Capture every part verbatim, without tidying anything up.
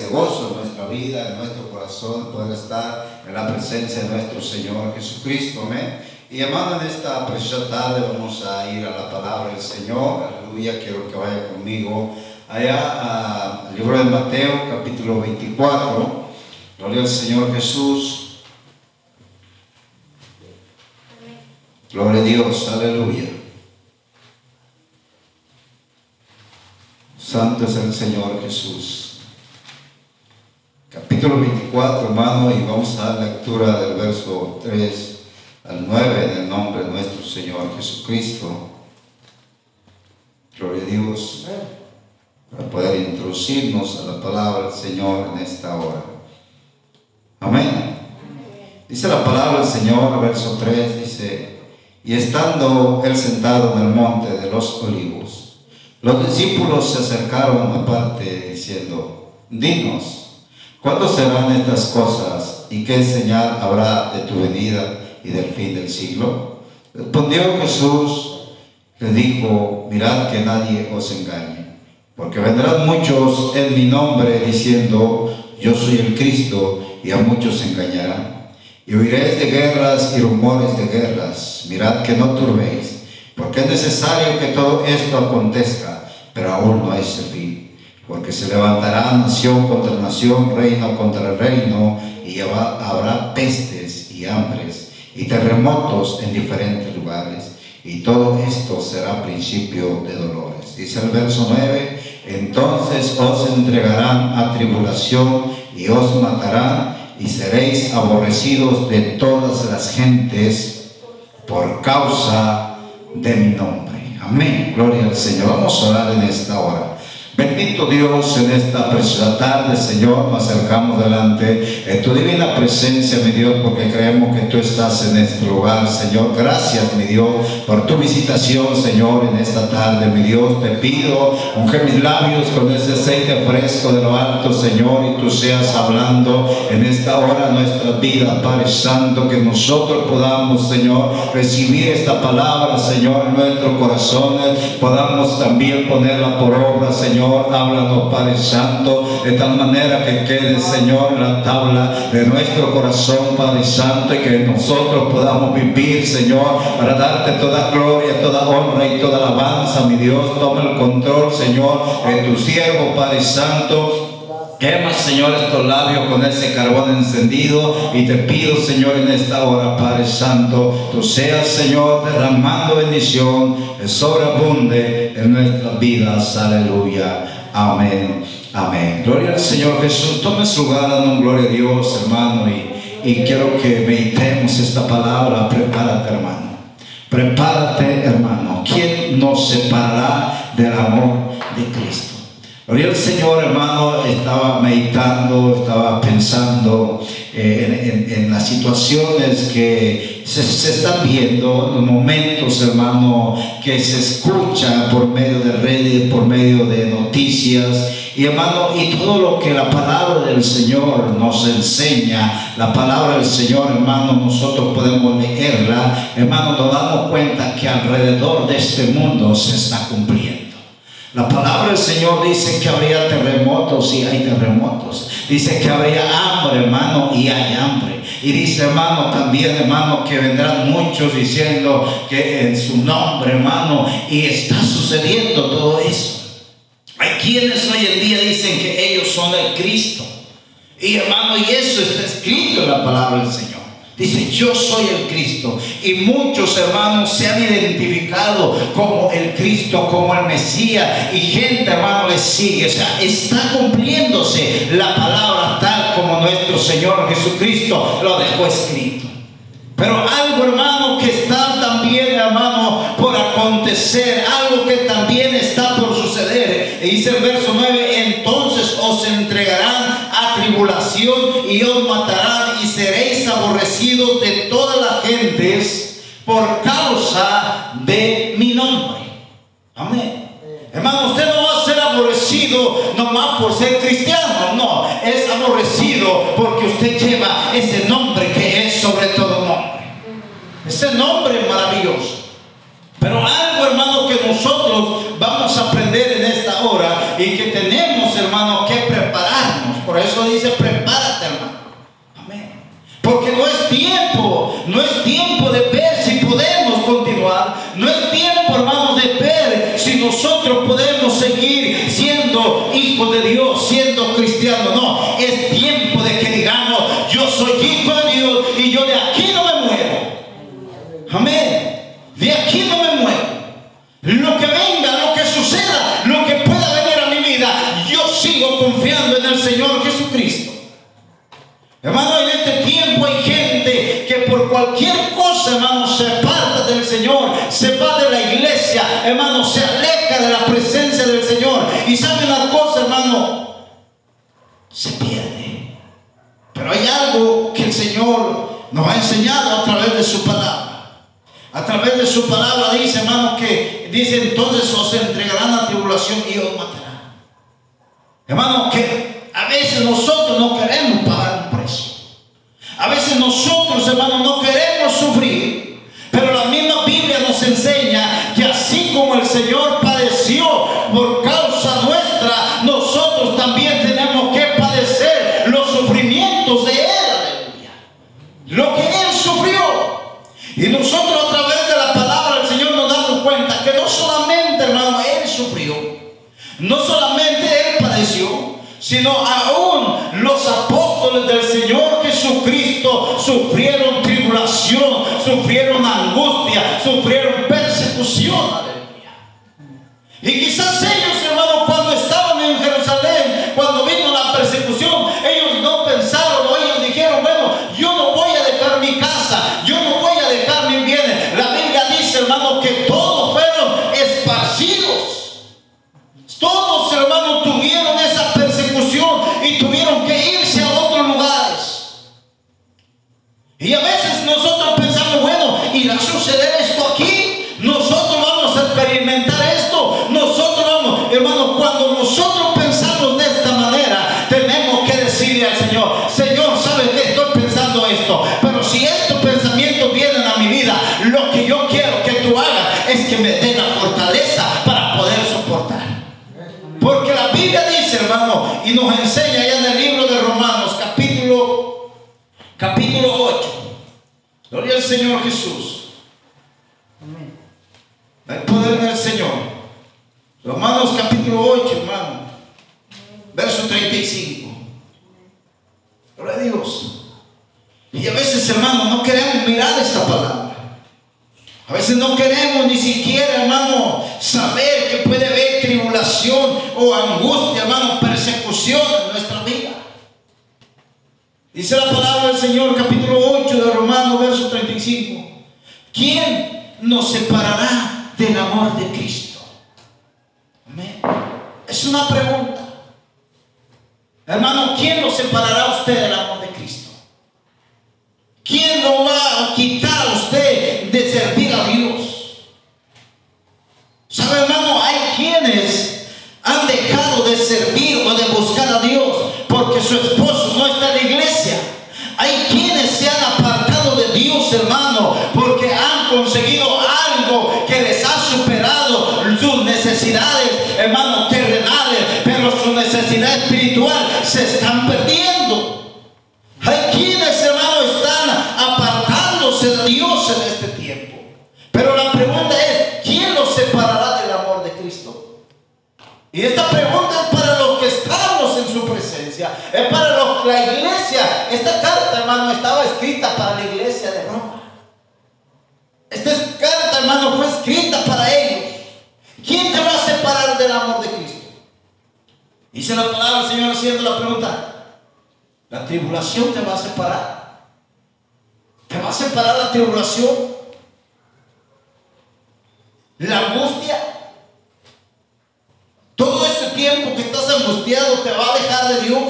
gozo en nuestra vida, en nuestro corazón, poder estar en la presencia de nuestro Señor Jesucristo. Amén. Y hermano, en esta preciosa tarde vamos a ir a la palabra del Señor. Aleluya, quiero que vaya conmigo allá al libro de Mateo, capítulo veinticuatro. Gloria al Señor Jesús. Gloria a Dios, aleluya. Santo es el Señor Jesús. Capítulo veinticuatro, hermano, y vamos a dar lectura del verso tres al nueve en el nombre de nuestro Señor Jesucristo. Gloria a Dios, para poder introducirnos a la palabra del Señor en esta hora. Amén. Dice la palabra del Señor, verso tres, dice: y estando él sentado en el monte de los olivos, los discípulos se acercaron aparte diciendo: dinos, ¿cuándo serán estas cosas y qué señal habrá de tu venida y del fin del siglo? Respondió Jesús, le dijo: mirad que nadie os engañe, porque vendrán muchos en mi nombre diciendo: yo soy el Cristo, y a muchos engañarán. Y oiréis de guerras y rumores de guerras. Mirad que no turbéis, porque es necesario que todo esto acontezca, pero aún no es el fin. Porque se levantará nación contra nación, reino contra reino, y habrá pestes y hambres y terremotos en diferentes lugares, y todo esto será principio de dolores. Dice el verso nueve: entonces os entregarán a tribulación y os matarán, y seréis aborrecidos de todas las gentes por causa de mi nombre. Amén. Gloria al Señor. Vamos a orar en esta hora. Bendito Dios, en esta preciosa tarde, Señor, nos acercamos delante en tu divina presencia, mi Dios, porque creemos que tú estás en este lugar, Señor. Gracias, mi Dios, por tu visitación, Señor, en esta tarde, mi Dios. Te pido, unge mis labios con ese aceite fresco de lo alto, Señor, y tú seas hablando en esta hora nuestra vida, Padre Santo, que nosotros podamos, Señor, recibir esta palabra, Señor, en nuestros corazones, podamos también ponerla por obra, Señor. Háblanos, Padre Santo, de tal manera que quede, Señor, la tabla de nuestro corazón, Padre Santo, y que nosotros podamos vivir, Señor, para darte toda gloria, toda honra y toda alabanza, mi Dios. Toma el control, Señor, de tu siervo, Padre Santo. Quema, Señor, estos labios con ese carbón encendido, y te pido, Señor, en esta hora, Padre Santo, tú seas, Señor, derramando bendición, sobreabunde en nuestras vidas. Aleluya. Amén. Amén. Gloria al Señor Jesús. Tome su lugar, dando gloria a Dios, hermano, y, y quiero que meditemos esta palabra. Prepárate, hermano. Prepárate, hermano. ¿Quién nos separará del amor de Cristo? Gloria al Señor, hermano. Estaba meditando, estaba pensando eh, en, en, en las situaciones que se, se están viendo, los momentos, hermano, que se escuchan por medio de redes, por medio de noticias, y hermano, y todo lo que la palabra del Señor nos enseña, la palabra del Señor, hermano, nosotros podemos leerla, hermano, nos damos cuenta que alrededor de este mundo se está cumpliendo. La palabra del Señor dice que habría terremotos y hay terremotos. Dice que habría hambre, hermano, y hay hambre. Y dice, hermano, también, hermano, que vendrán muchos diciendo que en su nombre, hermano, y está sucediendo todo eso. Hay quienes hoy en día dicen que ellos son el Cristo. Y hermano, y eso está escrito en la palabra del Señor. Dice, yo soy el Cristo. Y muchos, hermanos, se han identificado como el Cristo, como el Mesías. Y gente, hermano, le sigue. O sea, está cumpliéndose la palabra tal como nuestro Señor Jesucristo lo dejó escrito. Pero algo, hermano, que está también, hermano, por acontecer. Algo que también está por suceder. Y dice el verso nueve, entonces os entregarán a tribulación y os matarán, y seréis aborrecidos de todas las gentes por causa de mi nombre. Amén. Hermano, usted no va a ser aborrecido nomás por ser cristiano, no, es aborrecido porque usted lleva ese nombre que es sobre todo nombre, ese nombre maravilloso. Pero algo, hermano, que nosotros vamos a aprender en esta hora y que tenemos, hermano, que prepararnos, Por eso dice, prepárate, hermano. Amén. Porque no es tiempo, no es tiempo de ver si podemos continuar. No es tiempo, hermanos, de ver si nosotros podemos seguir siendo hijos de Dios, siendo cristianos. No, es tiempo de que digamos, yo soy hijo de Dios y yo de aquí no me muevo. Amén. De aquí no me muevo. Lo que venga, lo que suceda, lo que pueda venir a mi vida, yo sigo confiando en el Señor Jesucristo. Hermano, en este tiempo hay gente que por cualquier cosa, hermano, se aparta del Señor, se va de la iglesia, hermano, se aleja de la presencia del Señor. Y sabe una cosa, hermano, se pierde. Pero hay algo que el Señor nos ha enseñado a través de su palabra. A través de su palabra dice, hermano, que dice, entonces os entregarán a tribulación y os matarán. Hermano, que a veces nosotros no queremos pagar un precio. A veces nosotros, hermano, no queremos sufrir. Pero la misma Biblia nos enseña que así como el Señor padeció por causa nuestra, nosotros también tenemos que padecer los sufrimientos de Él. Aleluya. Lo que Él sufrió. Y nosotros a través de la palabra del Señor nos damos cuenta que no solamente, hermano, Él sufrió, no solamente Él padeció, sino aún los apóstoles del Señor Jesucristo sufrieron tribulación, sufrieron angustia, sufrieron persecución. Aleluya. Y quizás ellos, hermano, cuando estaban en Jerusalén, cuando vino la persecución, ellos no pensaron, o ellos dijeron, bueno, yo no voy a dejar mi casa, yo no voy a dejar mis bienes. La Biblia dice, hermano, que todos fueron esparcidos. Todos, hermanos, tuvieron esa persecución y tuvieron que irse a otros lugares. Y a veces nosotros pensamos, bueno, ¿irá a suceder esto aquí? Nosotros vamos a experimentar esto. Nosotros vamos, hermanos, cuando nosotros pensamos de esta manera, tenemos que decirle al Señor, Señor, ¿sabes qué? Estoy pensando esto, pero si estos pensamientos vienen a mi vida, lo que yo quiero que tú hagas es que me dé la fortaleza para poder soportar. Porque la Biblia dice, hermano, y nos enseña allá en el libro de Romanos, capítulo, capítulo ocho. Gloria al Señor Jesús. Amén. El poder del Señor. Romanos capítulo ocho, hermano. Verso treinta y cinco. Gloria a Dios. Y a veces, hermano, no queremos mirar esta palabra. A veces no queremos ni siquiera, hermano, saber que puede haber tribulación o angustia, hermano, persecución en nuestra vida. Dice la palabra del Señor, capítulo ocho de Romanos, verso treinta y cinco. ¿Quién nos separará del amor de Cristo? Amén. Es una pregunta. Hermano, ¿quién nos separará a usted del amor de Cristo? ¿Quién lo va a quitar a usted de servir a Dios? ¿Sabe, hermano? Hay quienes han dejado de servir o de buscar a Dios porque su esposo no está en la iglesia. Hay quienes se han apartado de Dios, hermano, porque han conseguido algo que les ha superado sus necesidades, hermano, terrenales, pero su necesidad espiritual se están perdiendo. Hay quienes, hermano, están apartándose de Dios en este tiempo. Pero la pregunta es, ¿quién los separará del amor de Cristo? Y esta pregunta es para los que estamos en su presencia, es para los que la iglesia, esta carta, hermano, estaba escrita para la iglesia de Roma. Esta carta, hermano, fue escrita para ellos. ¿Quién te va a separar del amor de Cristo? Dice la palabra del Señor haciendo la pregunta. La tribulación te va a separar. Te va a separar la tribulación. La angustia. Todo este tiempo que estás angustiado te va a alejar de Dios.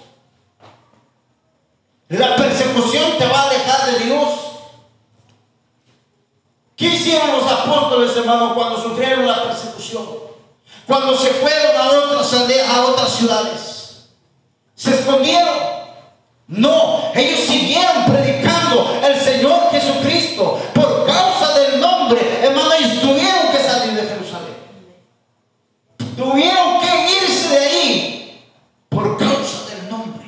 La persecución te va a alejar de Dios. ¿Qué hicieron los apóstoles, hermano, cuando sufrieron la persecución? Cuando se fueron a otras aldeas, a otras ciudades. ¿Se escondieron? No, ellos siguieron predicando el Señor Jesucristo. Por causa del nombre, hermano, ellos tuvieron que salir de Jerusalén. Tuvieron que irse de ahí por causa del nombre.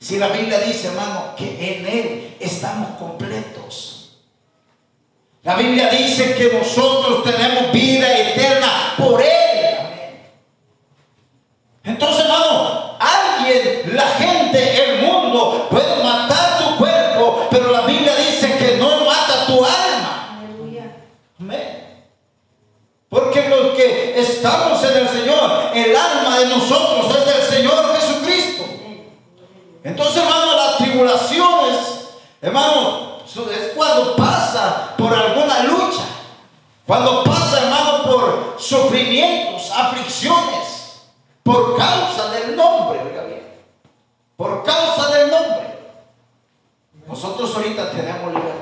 Si la Biblia dice, hermano, que en Él estamos completos. La Biblia dice que nosotros tenemos vida eterna por Él. Amén. Entonces, hermano, alguien, la gente, el mundo puede matar tu cuerpo, pero la Biblia dice que no mata tu alma. Aleluya. Amén. Porque los que estamos en el Señor, el alma de nosotros es del Señor Jesucristo. Entonces, hermano, las tribulaciones, hermano, es cuando pasa por alguna lucha, cuando pasa, hermano, por sufrimientos, aflicciones, por causa del nombre, oiga bien, por causa del nombre. Nosotros ahorita tenemos libertad.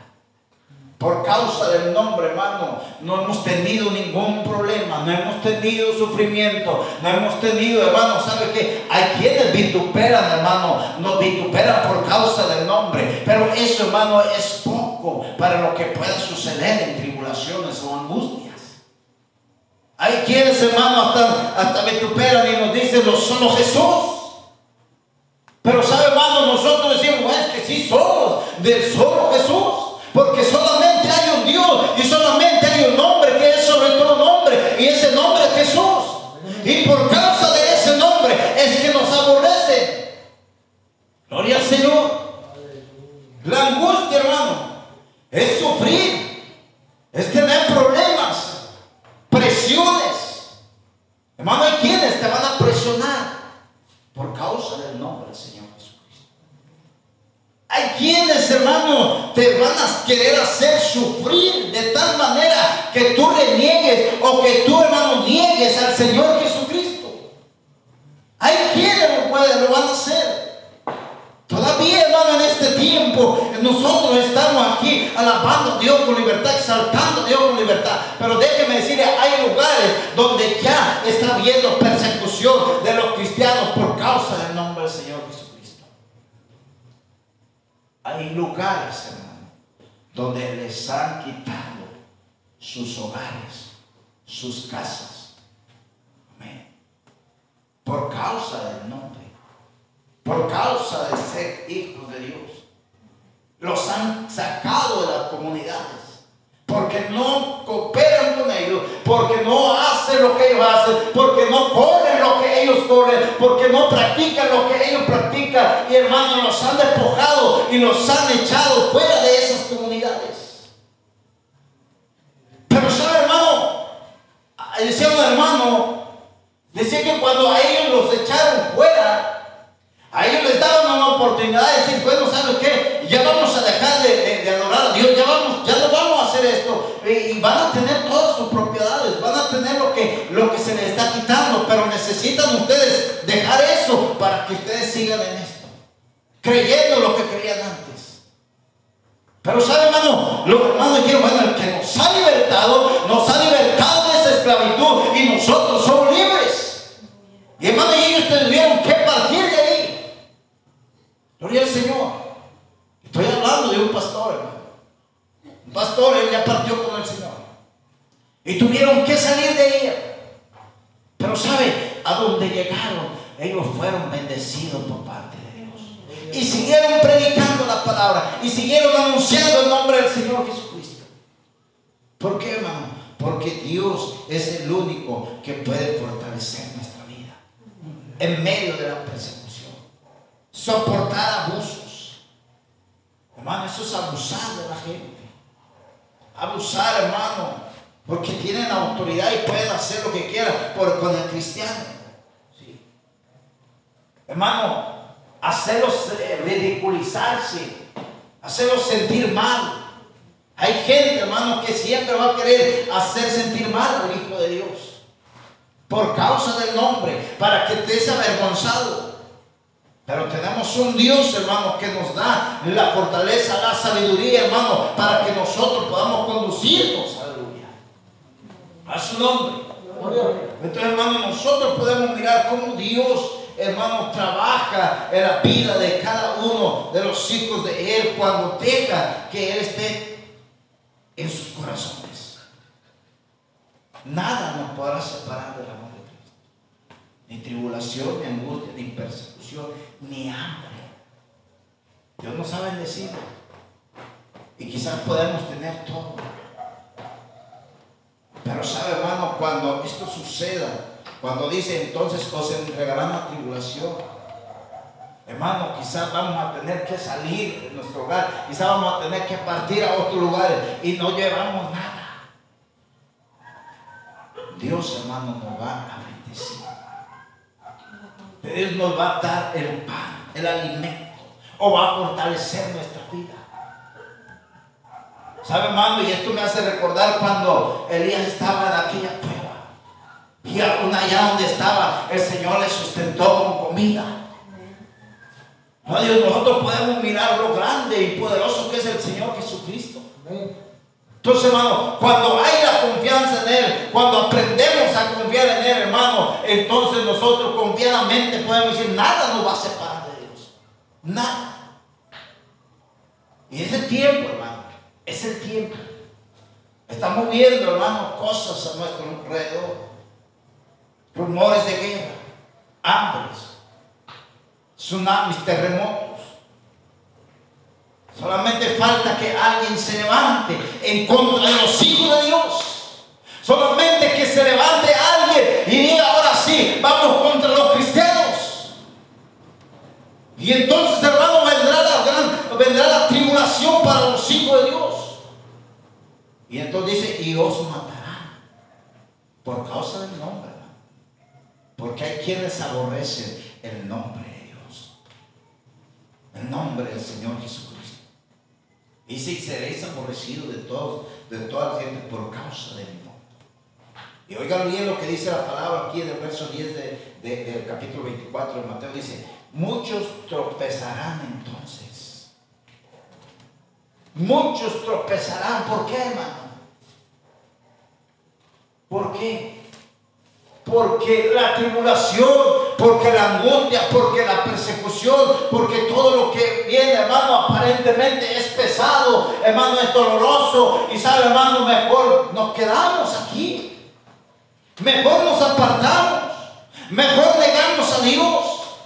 Por causa del nombre, hermano, no hemos tenido ningún problema, no hemos tenido sufrimiento, no hemos tenido, hermano, ¿sabe qué? Hay quienes vituperan, hermano, nos vituperan por causa del nombre, pero eso, hermano, es poco para lo que pueda suceder en tribulaciones o angustias. Hay quienes, hermano, hasta, hasta vituperan y nos dicen, lo solo Jesús. Pero, ¿sabe, hermano? Nosotros decimos, es que sí somos del solo Jesús. Porque solamente hay un Dios y solamente hay un nombre que es sobre todo nombre, y ese nombre es Jesús. Y por causa de ese nombre es que nos aborrece. Gloria al Señor. La angustia, hermano, es sufrir, es tener problemas, presiones. Hermano, hay quienes te van a presionar por causa del nombre del Señor Jesús. Hay quienes, hermano, te van a querer hacer sufrir de tal manera que tú reniegues o que tú, hermano, niegues al Señor Jesucristo. Hay quienes lo pueden, lo van a hacer. Todavía, hermano, en este tiempo nosotros estamos aquí alabando a Dios con libertad, exaltando a Dios con libertad. Pero déjeme decirle, hay lugares donde ya está habiendo persecución de los cristianos por causa del nombre del Señor Jesucristo. Hay lugares, hermano, donde les han quitado sus hogares, sus casas. Amén. Por causa del nombre, por causa de ser hijos de Dios. Los han sacado de las comunidades porque no cooperan con ellos, porque no hacen lo que ellos hacen, porque no corren lo que ellos corren, porque no practican lo que ellos practican. Y, hermanos, los han despojado y los han echado fuera de esas comunidades. Pero, ¿sabe, hermano? Decía un hermano, decía que cuando a ellos los echaron fuera, a ellos les daban una oportunidad de decir, bueno, ¿sabes qué? Ya vamos a dejar de, de, de adorar a Dios, ya, vamos, ya no vamos a hacer esto. Y van a tener todas sus propiedades, van a tener lo que, lo que se les está quitando, pero necesitan ustedes dejar eso para que ustedes sigan en esto, creyendo lo que creían antes. Pero, ¿sabe, hermano? Los hermanos dijeron, bueno, el que nos ha libertado, nos ha libertado de esa esclavitud y nosotros somos libres. Y, hermano, y ellos tuvieron que partir de ahí. Gloria al Señor. Estoy hablando de un pastor, hermano. Un pastor, él ya partió con el Señor. Y tuvieron que salir de ahí. Pero, ¿sabe? A donde llegaron, ellos fueron bendecidos por parte de Dios. Y siguieron predicando la palabra. Y siguieron anunciando el nombre del Señor Jesucristo. ¿Por qué, hermano? Porque Dios es el único que puede fortalecer nuestra vida en medio de la persecución. Soportar abusos, hermano, eso es abusar de la gente. Abusar, hermano, porque tienen autoridad y pueden hacer lo que quieran por, con el cristiano. Sí. Hermano, hacerlos ridiculizarse, hacerlos sentir mal. Hay gente, hermano, que siempre va a querer hacer sentir mal al Hijo de Dios por causa del nombre, para que estés avergonzado. Pero tenemos un Dios, hermano, que nos da la fortaleza, la sabiduría, hermano, para que nosotros podamos conducirnos, aleluya, a su nombre. Entonces, hermano, nosotros podemos mirar cómo Dios, hermano, trabaja en la vida de cada uno de los hijos de Él cuando deja que Él esté en sus corazones. Nada nos podrá separar del amor de Cristo. ni tribulación, ni angustia, ni persecución, ni hambre. Dios nos ha bendecido. Y quizás podemos tener todo. Pero sabe, hermano, cuando esto suceda, cuando dice entonces os entregarán la tribulación, hermano, quizás vamos a tener que salir de nuestro hogar, quizás vamos a tener que partir a otro lugar y no llevamos nada. Dios, hermano, nos va a bendecir. Dios nos va a dar el pan, el alimento, o va a fortalecer nuestra vida. ¿Sabe, hermano? Y esto me hace recordar cuando Elías estaba en aquella cueva y aún allá donde estaba el Señor le sustentó con comida. No, Dios, nosotros podemos mirar lo grande y poderoso que es el Señor Jesucristo. Entonces, hermano, cuando hay la confianza en Él, cuando aprendemos a confiar en Él, hermano, entonces nosotros confiadamente podemos decir, nada nos va a separar de Dios. Nada. Y ese tiempo, hermano, es el tiempo. Estamos viendo, hermano, cosas a nuestro alrededor. Rumores de guerra, hambres, tsunamis, terremotos. Solamente falta que alguien se levante en contra de los hijos de Dios. Solamente que se levante alguien y diga, ahora sí, vamos contra los cristianos. Y entonces, hermano, vendrá la gran, vendrá la tribulación para los hijos de Dios. Y entonces dice, y os matarán por causa del nombre, hermano. Porque hay quienes aborrecen el nombre de Dios, el nombre del Señor Jesucristo. Dice, y seréis aborrecidos de todos, de toda la gente por causa de mi nombre. Y oigan bien lo que dice la palabra aquí en el verso diez de, de, del capítulo veinticuatro de Mateo. Dice, muchos tropezarán entonces. Muchos tropezarán. ¿Por qué, hermano? ¿Por qué? Porque la tribulación, porque la angustia, porque la persecución, porque todo lo que viene, hermano, aparentemente es pesado, hermano, es doloroso. Y sabe, hermano, mejor nos quedamos aquí, mejor nos apartamos, mejor negamos a Dios.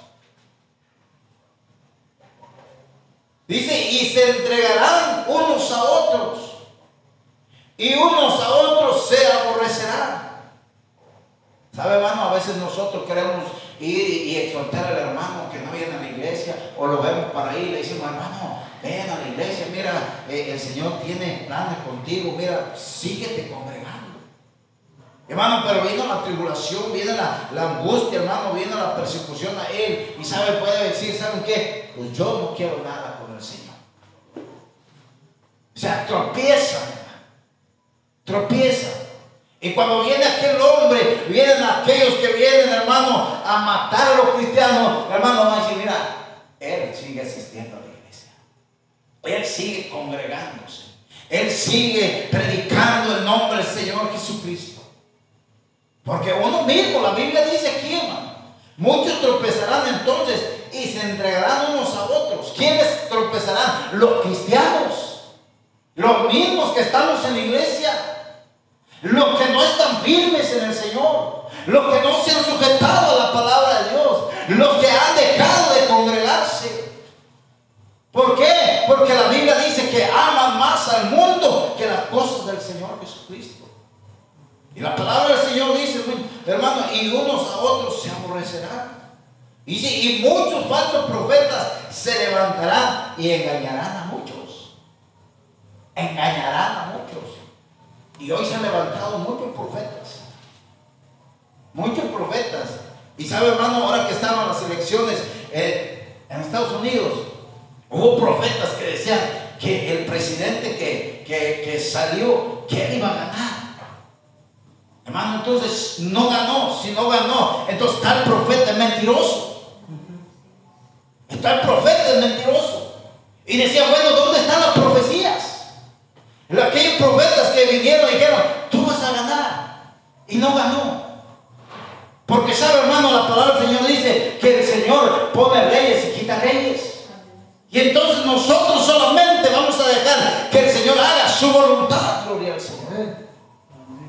Dice, y se entregarán unos a otros, y unos a otros se aborrecerán. ¿Sabe, hermano? A veces nosotros queremos ir y exhortar al hermano que no viene a la iglesia, o lo vemos para ahí y le decimos, hermano, ven a la iglesia, mira, eh, el Señor tiene planes contigo, mira, síguete congregando. Hermano, pero viene la tribulación, viene la, la angustia, hermano, viene la persecución a él, y sabe, puede decir, ¿saben qué? Pues yo no quiero nada con el Señor. O sea, tropiezan, hermano, tropiezan. Y cuando viene aquel hombre, vienen aquellos que vienen, hermano, a matar a los cristianos, hermano, van a decir, mira, él sigue asistiendo a la iglesia, él sigue congregándose, él sigue predicando el nombre del Señor Jesucristo. Porque uno mismo, la Biblia dice aquí, hermano, muchos tropezarán entonces y se entregarán unos a otros. ¿Quiénes tropezarán? Los cristianos, los mismos que estamos en la iglesia. Los que no están firmes en el Señor, los que no se han sujetado a la palabra de Dios, los que han dejado de congregarse. ¿Por qué? Porque la Biblia dice que aman más al mundo que las cosas del Señor Jesucristo. Y la palabra del Señor dice, hermano, y unos a otros se aborrecerán. Y, y muchos falsos profetas se levantarán y engañarán a muchos. Engañarán a muchos. Y hoy se han levantado muchos profetas. Muchos profetas. Y sabe, hermano, ahora que estaban las elecciones eh, en Estados Unidos, hubo profetas que decían que el presidente que, que, que salió, que él iba a ganar. Hermano, entonces no ganó. Si no ganó, entonces tal profeta es mentiroso. Tal profeta es mentiroso. Y decía, bueno, ¿dónde están las profecías? Aquellos profetas que vinieron y dijeron, tú vas a ganar, y no ganó. Porque sabe, hermano, la palabra del Señor dice que el Señor pone reyes y quita reyes. Y entonces nosotros solamente vamos a dejar que el Señor haga su voluntad. Gloria al Señor.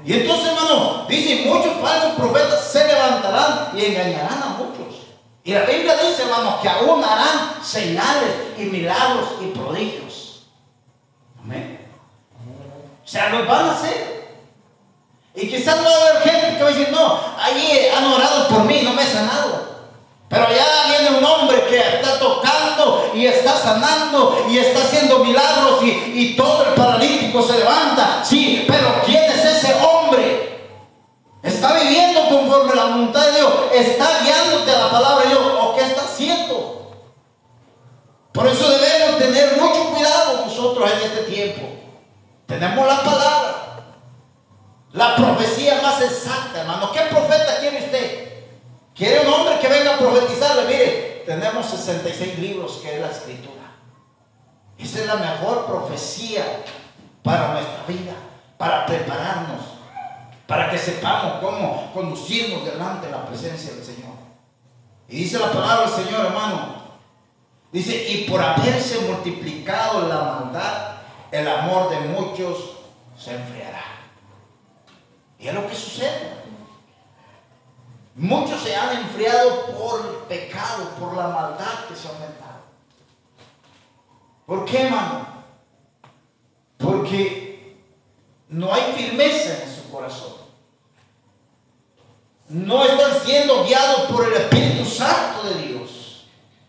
Y entonces, hermano, dice, muchos falsos profetas se levantarán y engañarán a muchos. Y la Biblia dice, hermano, que aún harán señales y milagros y prodigios. Amén. O sea, los van a hacer. Y quizás no va a haber gente que va a decir, no, allí han orado por mí, no me he sanado. Pero allá viene un hombre que está tocando y está sanando y está haciendo milagros y, y todo el paralítico se levanta. Sí, pero ¿quién es ese hombre? ¿Está viviendo conforme a la voluntad de Dios? ¿Está guiándote a la palabra de Dios? ¿O qué está haciendo? Por eso debemos tener mucho cuidado nosotros en este tiempo. Tenemos la palabra, la profecía más exacta, hermano. ¿Qué profeta quiere usted? ¿Quiere un hombre que venga a profetizarle? Mire, tenemos sesenta y seis libros que es la escritura. Esa es la mejor profecía para nuestra vida, para prepararnos, para que sepamos cómo conducirnos delante de la presencia del Señor. Y dice la palabra del Señor, hermano, dice, y por haberse multiplicado la maldad, el amor de muchos se enfriará. Y es lo que sucede. Muchos se han enfriado por el pecado, por la maldad que se ha aumentado. ¿Por qué, hermano? Porque no hay firmeza en su corazón. No están siendo guiados por el Espíritu Santo de Dios.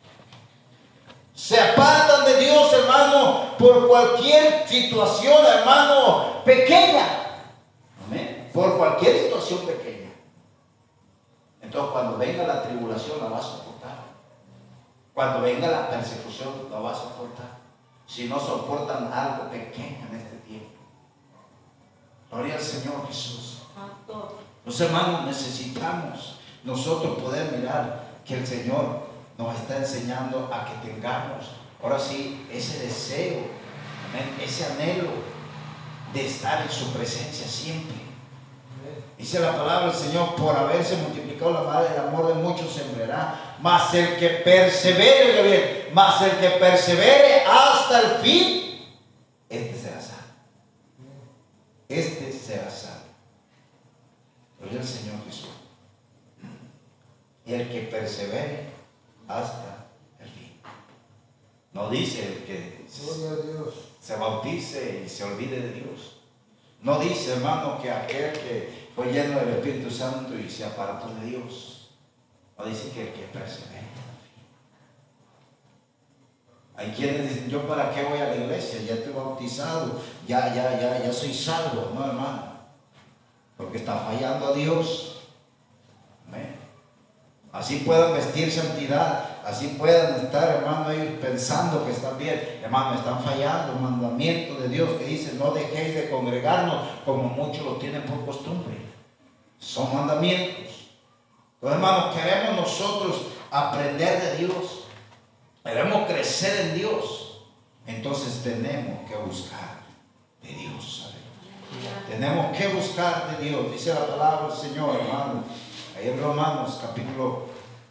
Se apartan de Dios, hermano, por cualquier situación, hermano, pequeña. Amén. Por cualquier situación pequeña. Entonces, cuando venga la tribulación, la vas a soportar. Cuando venga la persecución, la vas a soportar. Si no soportan algo pequeño en este tiempo. Gloria al Señor Jesús. Los hermanos, necesitamos nosotros poder mirar que el Señor nos está enseñando a que tengamos, ahora sí, ese deseo, amén, ese anhelo de estar en su presencia siempre. Dice la palabra del Señor, por haberse multiplicado la maldad, el amor de muchos se enfriará, mas el que persevere, Gabriel, mas el que persevere hasta el fin, este será salvo. Este será salvo. Gloria al Señor Jesús. Y el que persevere hasta el fin. No dice el que se, se bautice y se olvide de Dios. No dice, hermano, que aquel que fue lleno del Espíritu Santo y se apartó de Dios. No dice que el que persevera. Hay quienes dicen, yo para qué voy a la iglesia, ya estoy bautizado, ya, ya, ya, ya soy salvo. No, hermano, porque está fallando a Dios. Amén. Así puedan vestir santidad, así puedan estar, hermano, ellos pensando que están bien. Hermano, están fallando el mandamiento de Dios que dice, no dejéis de congregarnos como muchos lo tienen por costumbre. Son mandamientos. Entonces, hermanos, queremos nosotros aprender de Dios, queremos crecer en Dios, entonces tenemos que buscar de Dios. Aleluya. Tenemos que buscar de Dios. Dice la palabra del Señor, hermano, ahí en Romanos capítulo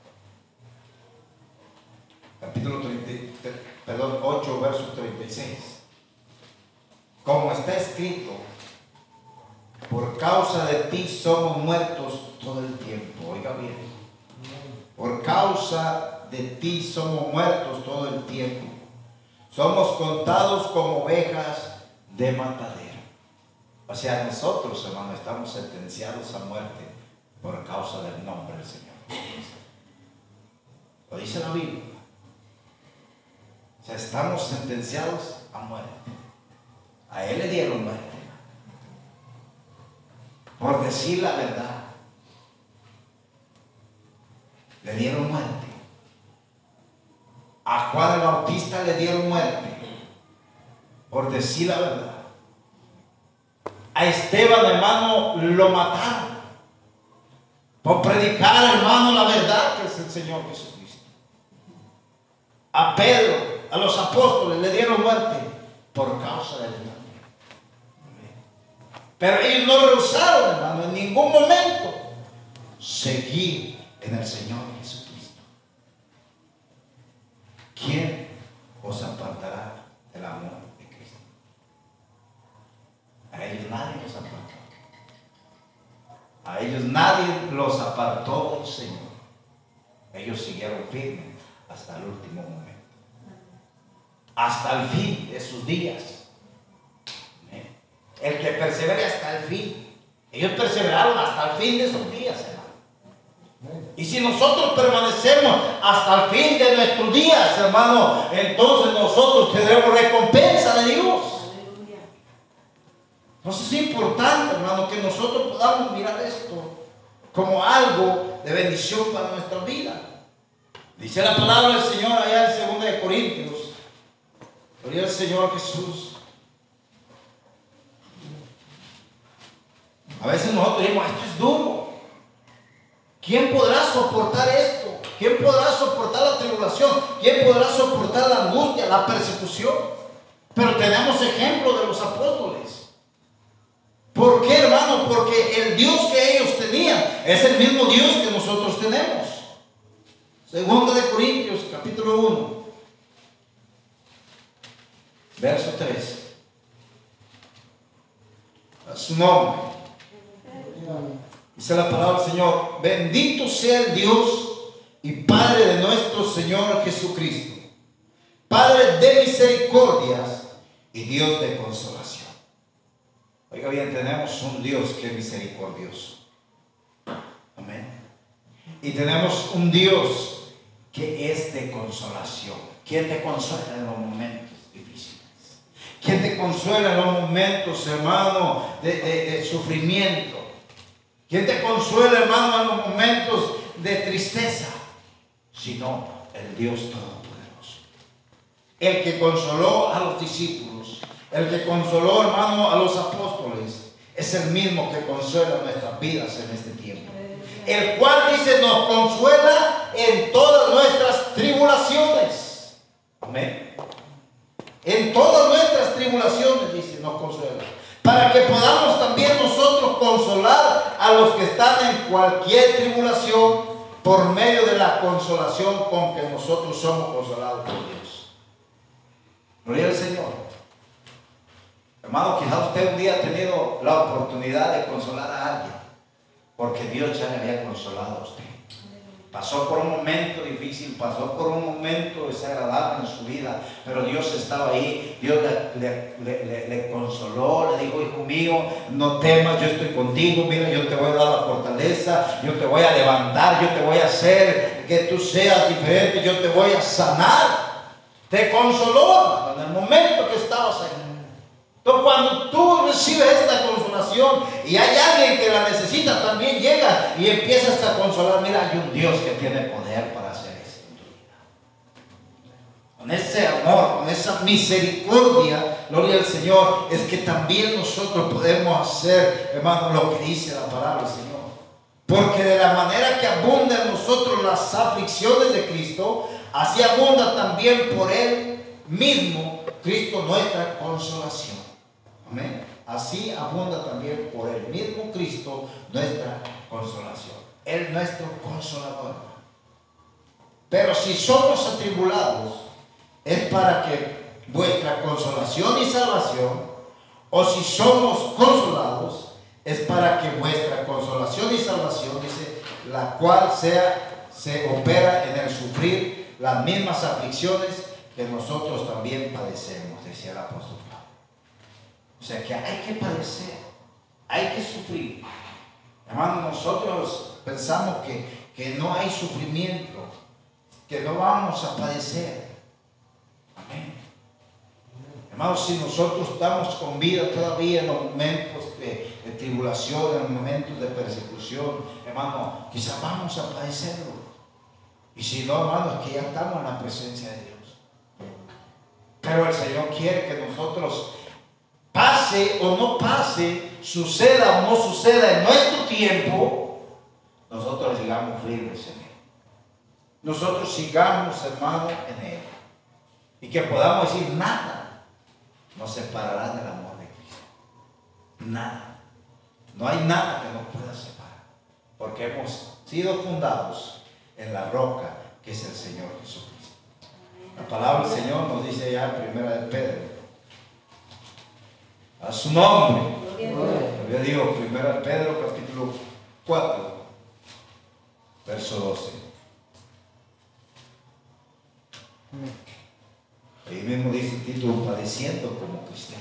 capítulo treinta, perdón, ocho, verso treinta y seis. Como está escrito, por causa de ti somos muertos todo el tiempo. Oiga bien. Por causa de ti somos muertos todo el tiempo. Somos contados como ovejas de matadero. O sea, nosotros, hermano, estamos sentenciados a muerte por causa del nombre del Señor. Lo dice la Biblia. O sea, estamos sentenciados a muerte. A Él le dieron muerte por decir la verdad. Le dieron muerte. A Juan el Bautista le dieron muerte por decir la verdad. A Esteban, hermano, lo mataron por predicar, hermano, la verdad que es el Señor Jesucristo. A Pedro, a los apóstoles le dieron muerte por causa del nombre. Pero ellos no rehusaron, hermano, en ningún momento seguir en el Señor Jesucristo. ¿Quién os apartará del amor de Cristo? A ellos nadie los apartó. ellos nadie los apartó del Señor. Ellos siguieron firmes hasta el último momento, hasta el fin de sus días. El que persevere hasta el fin. Ellos perseveraron hasta el fin de sus días, hermano. Y si nosotros permanecemos hasta el fin de nuestros días, hermano, entonces nosotros tendremos recompensa de Dios. Entonces es importante, hermano, que nosotros podamos mirar esto como algo de bendición para nuestra vida. Dice la palabra del Señor allá en segunda de Corintios. Gloria al Señor Jesús. A veces nosotros decimos, esto es duro. ¿Quién podrá soportar esto? ¿Quién podrá soportar la tribulación? ¿Quién podrá soportar la angustia, la persecución? Pero tenemos ejemplos de los apóstoles. ¿Por qué, hermano? Porque el Dios que ellos tenían es el mismo Dios que nosotros tenemos. Segunda de Corintios, capítulo uno, verso tres. A su nombre. Dice la palabra del Señor: bendito sea el Dios y Padre de nuestro Señor Jesucristo, Padre de misericordias y Dios de consolación. Oiga bien, tenemos un Dios que es misericordioso. Amén. Y tenemos un Dios que es de consolación. ¿Quién te consuela en los momentos difíciles? ¿Quién te consuela en los momentos, hermano, de, de, de sufrimiento? ¿Quién te consuela, hermano, en los momentos de tristeza? Sino el Dios Todopoderoso. El que consoló a los discípulos, el que consoló, hermano, a los apóstoles, es el mismo que consuela nuestras vidas en este tiempo. El cual, dice, nos consuela en todas nuestras tribulaciones. Amén. En todas nuestras tribulaciones, dice, nos consuela. Para que podamos también nosotros consolar a los que están en cualquier tribulación por medio de la consolación con que nosotros somos consolados por Dios. Gloria al Señor. Hermano, quizás usted un día ha tenido la oportunidad de consolar a alguien, porque Dios ya le había consolado a usted. Pasó por un momento difícil, pasó por un momento desagradable en su vida, pero Dios estaba ahí. Dios le, le, le, le consoló, le dijo: hijo mío, no temas, yo estoy contigo, mira, yo te voy a dar la fortaleza, yo te voy a levantar, yo te voy a hacer que tú seas diferente, yo te voy a sanar. Te consoló en el momento que estabas ahí. Entonces, cuando tú recibes esta consolación y hay alguien que la necesita, también llega y empiezas a consolar. Mira, hay un Dios que tiene poder para hacer eso en tu vida. Con ese amor, con esa misericordia, gloria al Señor, es que también nosotros podemos hacer, hermano, lo que dice la palabra del Señor. Porque de la manera que abundan en nosotros las aflicciones de Cristo, así abunda también por Él mismo Cristo nuestra consolación. Amén. Así abunda también por el mismo Cristo nuestra consolación. Él nuestro consolador. Pero si somos atribulados, es para que vuestra consolación y salvación, o si somos consolados, es para que vuestra consolación y salvación, dice, la cual sea, se opera en el sufrir las mismas aflicciones que nosotros también padecemos, decía el apóstol Pablo. O sea que hay que padecer, hay que sufrir. Hermano, nosotros pensamos que, que no hay sufrimiento, que no vamos a padecer. Amén. Hermano, si nosotros estamos con vida todavía en los momentos de, de tribulación, en los momentos de persecución, hermano, quizás vamos a padecerlo. Y si no, hermano, es que ya estamos en la presencia de Dios. Pero el Señor quiere que nosotros, pase o no pase, suceda o no suceda en nuestro tiempo, nosotros sigamos firmes en Él. Nosotros sigamos, hermano, en Él. Y que podamos decir: nada nos separará del amor de Cristo. Nada. No hay nada que nos pueda separar. Porque hemos sido fundados en la roca que es el Señor Jesucristo. La palabra del Señor nos dice ya en primera de Pedro. A su nombre. Yo digo primera de Pedro capítulo cuatro, verso doce. Ahí mismo dice el título, padeciendo como cristianos.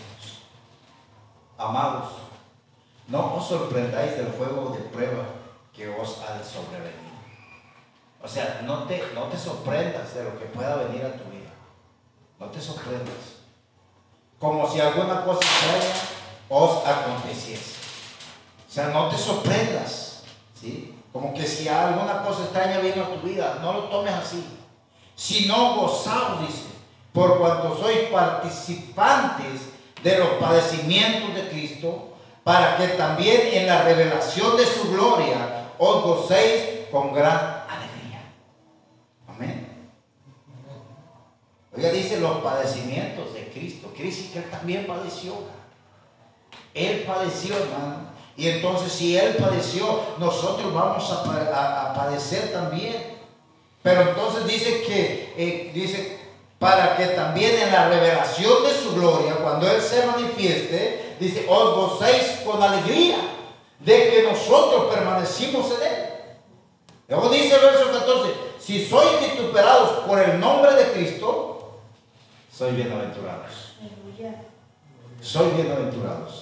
Amados, no os sorprendáis del fuego de prueba que os ha de sobrevenir. O sea, no te, no te sorprendas de lo que pueda venir a tu vida. No te sorprendas. Como si alguna cosa extraña os aconteciese. O sea, no te sorprendas, ¿sí? Como que si alguna cosa extraña vino a tu vida, no lo tomes así. Sino gozaos, dice, por cuanto sois participantes de los padecimientos de Cristo, para que también en la revelación de su gloria os gocéis con gran alegría. Amén. Oiga, dice los padecimientos de Cristo. Quiere decir que Él también padeció. Él padeció, hermano. Y entonces si Él padeció, nosotros vamos a, a, a padecer también. Pero entonces dice que, eh, dice, para que también en la revelación de su gloria, cuando Él se manifieste, dice, os gocéis con alegría de que nosotros permanecimos en Él. Luego dice el verso catorce, si sois vituperados por el nombre de Cristo, sois bienaventurados. Sois bienaventurados.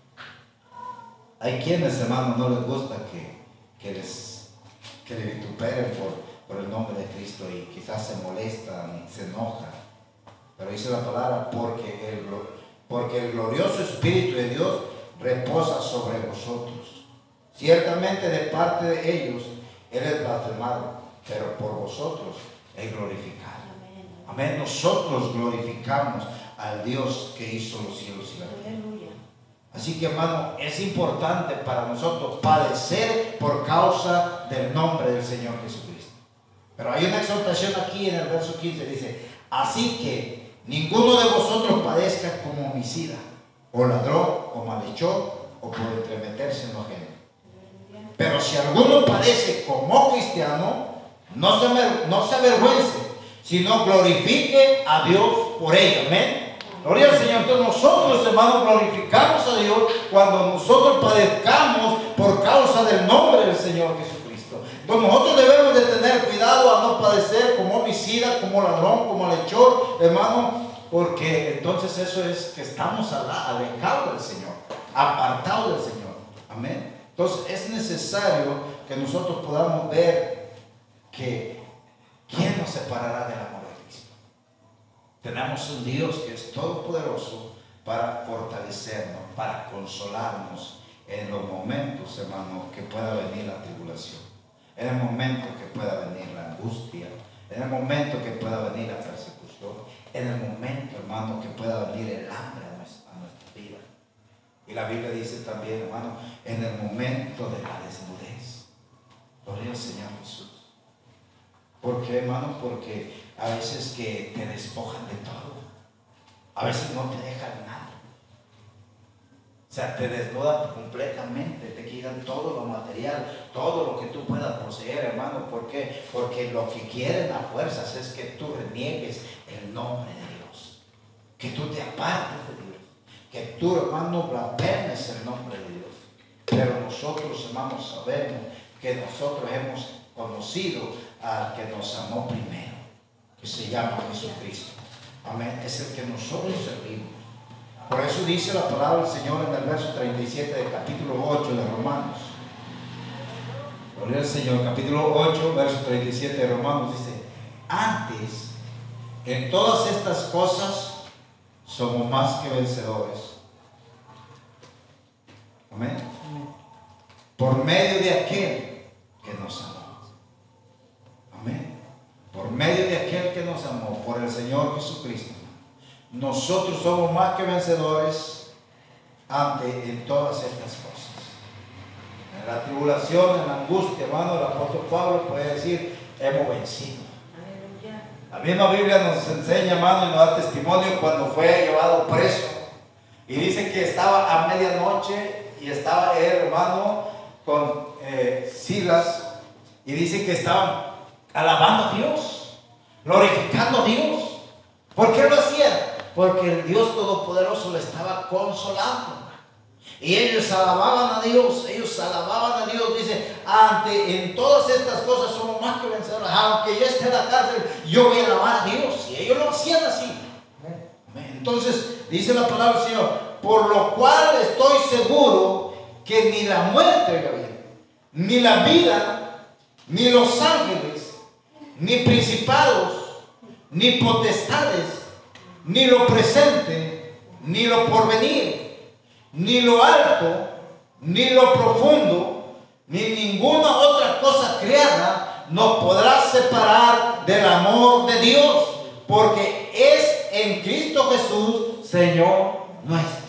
Hay quienes, hermanos, no les gusta que, que les que le vituperen por, por el nombre de Cristo y quizás se molestan, se enojan. Pero dice la palabra, porque el, porque el glorioso Espíritu de Dios reposa sobre vosotros. Ciertamente de parte de ellos Él es blasfemado, pero por vosotros es glorificado. Amén. Amén. Nosotros glorificamos al Dios que hizo los cielos y la tierra. Así que, hermano, es importante para nosotros padecer por causa del nombre del Señor Jesucristo. Pero hay una exhortación aquí en el verso quince, dice, así que ninguno de vosotros padezca como homicida, o ladrón, o malhechor, o por entremeterse en lo ajeno. Pero si alguno padece como cristiano, no se, no se avergüence, sino glorifique a Dios por ello. Amén. Gloria al Señor. Entonces nosotros, hermanos, glorificamos a Dios cuando nosotros padezcamos por causa del nombre del Señor Jesucristo. Entonces nosotros debemos de tener cuidado a no padecer como homicida, como ladrón, como malhechor, hermano, porque entonces eso es que estamos alejados del Señor, apartados del Señor. Amén. Entonces es necesario que nosotros podamos ver que ¿quién nos separará del amor de Cristo? Tenemos un Dios que es todopoderoso para fortalecernos, para consolarnos en los momentos, hermano, que pueda venir la tribulación, en el momento que pueda venir la angustia, en el momento que pueda venir la persecución, en el momento, hermano, que pueda venir el hambre a nuestra, a nuestra vida. Y la Biblia dice también, hermano, en el momento de la desnudez. Gloria al Señor Jesús. ¿Por qué, hermano? Porque a veces que te despojan de todo. A veces no te dejan nada. O sea, te desnudan completamente, te quitan todo lo material, todo lo que tú puedas poseer, hermano. ¿Por qué? Porque lo que quieren a fuerzas es que tú reniegues el nombre de Dios, que tú te apartes de Dios, que tú, hermano, blasfemes el nombre de Dios. Pero nosotros, hermanos, sabemos que nosotros hemos conocido al que nos amó primero, que se llama Jesucristo. Amén. Es el que nosotros servimos. Por eso dice la palabra del Señor en el verso treinta y siete del capítulo ocho de Romanos. Gloria al Señor, capítulo ocho, verso treinta y siete de Romanos, dice: antes, en todas estas cosas somos más que vencedores. Amén. Por medio de aquel que nos amó. Amén. Por medio de aquel que nos amó, por el Señor Jesucristo. Nosotros somos más que vencedores ante en todas estas cosas. En la tribulación, en la angustia, hermano, el apóstol Pablo puede decir, hemos vencido. La misma Biblia nos enseña, hermano, y nos da testimonio cuando fue llevado preso. Y dice que estaba a medianoche y estaba él, hermano, con eh, Silas, y dice que estaban alabando a Dios, glorificando a Dios. ¿Por qué lo hacían? Porque el Dios Todopoderoso le estaba consolando. Y ellos alababan a Dios, ellos alababan a Dios, dice, ante en todas estas cosas somos más que vencedores, aunque yo esté en la cárcel, yo voy a alabar a Dios. Y ellos lo hacían así. Entonces, dice la palabra del Señor, por lo cual estoy seguro que ni la muerte, oiga bien, ni la vida, ni los ángeles, ni principados, ni potestades, ni lo presente, ni lo porvenir, ni lo alto, ni lo profundo, ni ninguna otra cosa creada nos podrá separar del amor de Dios, porque es en Cristo Jesús, Señor nuestro.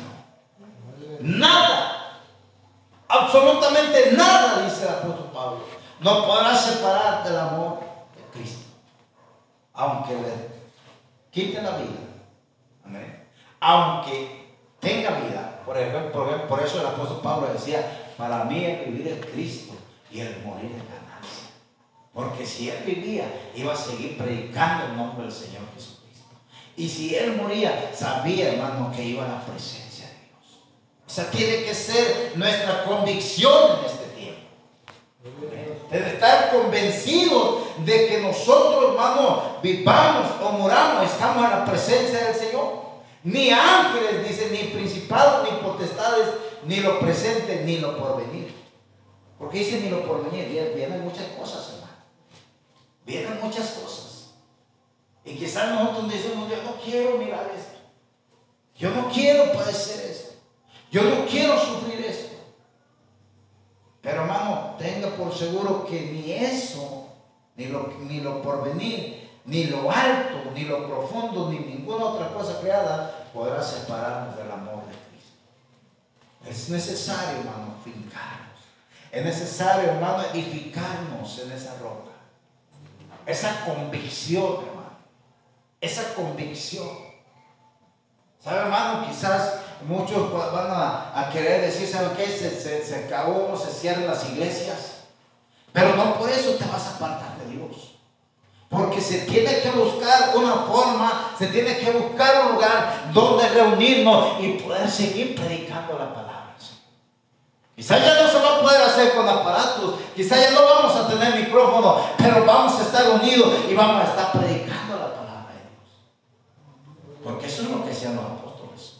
Nada, absolutamente nada, dice el apóstol Pablo, nos podrá separar del amor de Cristo, aunque le quite la vida. Amén. Aunque tenga vida. Por ejemplo, por, por eso el apóstol Pablo decía, para mí el vivir es Cristo y el morir es ganancia. Porque si él vivía, iba a seguir predicando el nombre del Señor Jesucristo. Y si él moría, sabía, hermano, que iba a la presencia de Dios. O sea, tiene que ser nuestra convicción en este tiempo. De estar convencidos de que nosotros, hermano, vivamos o moramos, estamos en la presencia del Señor. Ni ángeles, dice, ni principados, ni potestades, ni lo presente, ni lo porvenir. Porque dice ni lo porvenir, vienen muchas cosas, hermano. Vienen muchas cosas. Y quizás nosotros decimos, yo no quiero mirar esto. Yo no quiero padecer esto. Yo no quiero sufrir esto. Pero hermano, tenga por seguro que ni eso, ni lo, ni lo porvenir, ni lo alto, ni lo profundo, ni ninguna otra cosa creada podrá separarnos del amor de Cristo. Es necesario, hermano, fincarnos. Es necesario, hermano, edificarnos en esa roca. Esa convicción, hermano. Esa convicción. ¿Sabe, hermano? Quizás muchos van a, a querer decir, ¿sabe qué? Se, se, se acabó, se cierran las iglesias. Pero no por eso te vas a apartar de Dios. Porque se tiene que buscar una forma, se tiene que buscar un lugar donde reunirnos y poder seguir predicando la palabra. Quizás ya no se va a poder hacer con aparatos, quizás ya no vamos a tener micrófono, pero vamos a estar unidos y vamos a estar predicando la palabra de Dios. Porque eso es lo que hacían los apóstoles.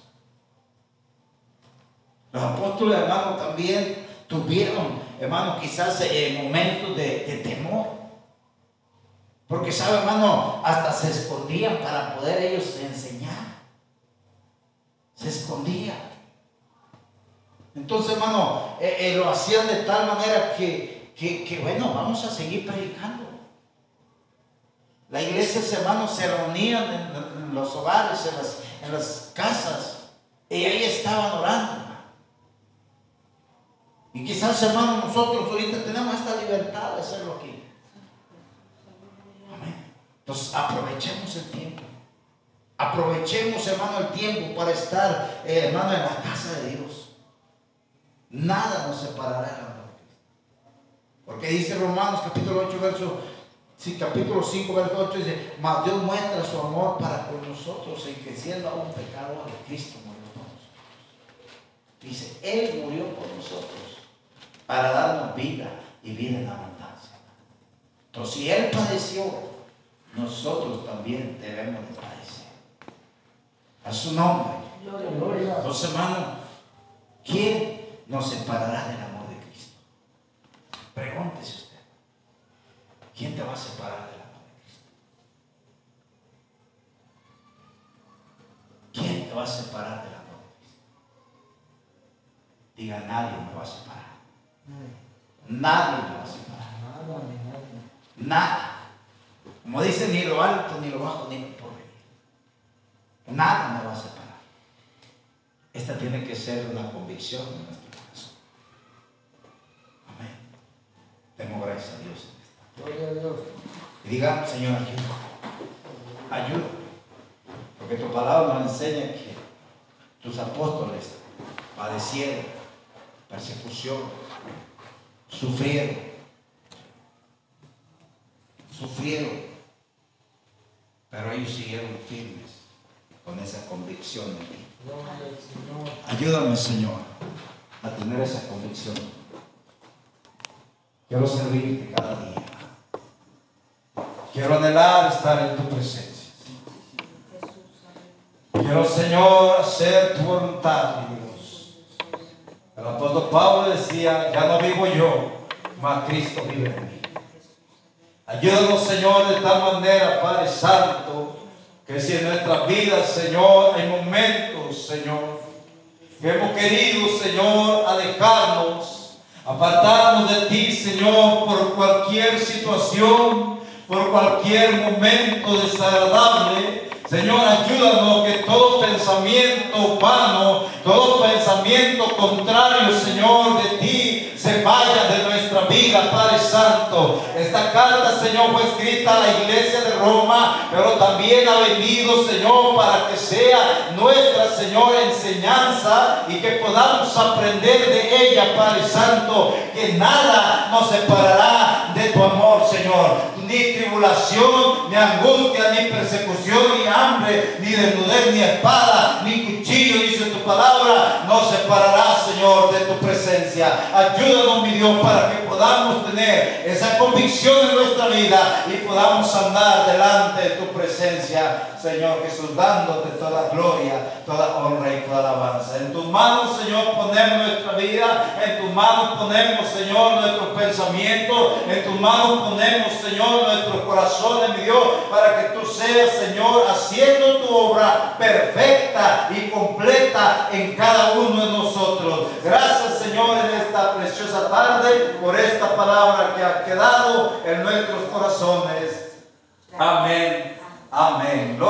Los apóstoles, hermano, también tuvieron, hermano, quizás eh, momentos de, de temor. Porque, ¿sabe, hermano? Hasta se escondían para poder ellos enseñar. Se escondían. Entonces, hermano, eh, eh, lo hacían de tal manera que, que, que, bueno, vamos a seguir predicando. La iglesia, hermanos, se reunían en, en los hogares, en las, en las casas, y ahí estaban orando, hermano. Y quizás, hermano, nosotros ahorita tenemos esta libertad de hacerlo aquí. Entonces aprovechemos el tiempo. Aprovechemos, hermano, el tiempo para estar, eh, hermano, en la casa de Dios. Nada nos separará del amor de Cristo. Porque dice Romanos capítulo ocho, verso, sí, capítulo cinco, verso ocho, dice, mas Dios muestra su amor para con nosotros en que siendo aún pecadores, Cristo murió por nosotros. Dice, Él murió por nosotros para darnos vida y vida en abundancia. Entonces, si Él padeció, nosotros también debemos de padecer. A su nombre. Entonces, hermano, ¿quién nos separará del amor de Cristo? Pregúntese usted. ¿Quién te va a separar del amor de Cristo? ¿Quién te va a separar del amor de Cristo? Diga, nadie me va a separar. Nadie me va a separar. Nada. Como dice, ni lo alto, ni lo bajo, ni lo porvenir. Nada me va a separar. Esta tiene que ser una convicción en nuestro corazón. Amén. Demos gracias a Dios en esta. Gloria a Dios. Y digamos, Señor, ayuda. Ayuda. Porque tu palabra nos enseña que tus apóstoles padecieron persecución, sufrieron, sufrieron. Pero ellos siguieron firmes con esa convicción en mí. Ayúdame, Señor, a tener esa convicción. Quiero servirte cada día. Quiero anhelar estar en tu presencia. Quiero, Señor, hacer tu voluntad, mi Dios. El apóstol Pablo decía, ya no vivo yo, mas Cristo vive en mí. Ayúdanos, Señor, de tal manera, Padre Santo, que si en nuestras vidas, Señor, hay momentos, Señor, que hemos querido, Señor, alejarnos, apartarnos de ti, Señor, por cualquier situación, por cualquier momento desagradable. Señor, ayúdanos que todo pensamiento vano, todo pensamiento contrario, Señor, de ti, se vaya de nuestra vida, Padre Santo. Esta carta, Señor, fue escrita a la iglesia de Roma, pero también ha venido, Señor, para que sea nuestra, Señor, enseñanza y que podamos aprender de ella, Padre Santo, que nada nos separará de tu amor, Señor. Ni tribulación, ni angustia, ni persecución, ni hambre, ni desnudez, ni espada, ni cuchillo, dice tu palabra, nos separará, Señor, de tu presencia. Ayúdanos, mi Dios, para que podamos tener esa convicción en nuestra vida y podamos andar delante de tu presencia, Señor Jesús, dándote toda gloria, toda honra y toda alabanza. En tus manos, Señor, ponemos nuestra vida, en tus manos ponemos, Señor, nuestros pensamientos, en tus manos ponemos, Señor, nuestros corazones, mi Dios, para que tú seas, Señor, haciendo tu obra perfecta y completa en cada uno de nosotros. Gracias, Señor, en esta preciosa tarde, por esta palabra que ha quedado en nuestros corazones. Amén. Amén.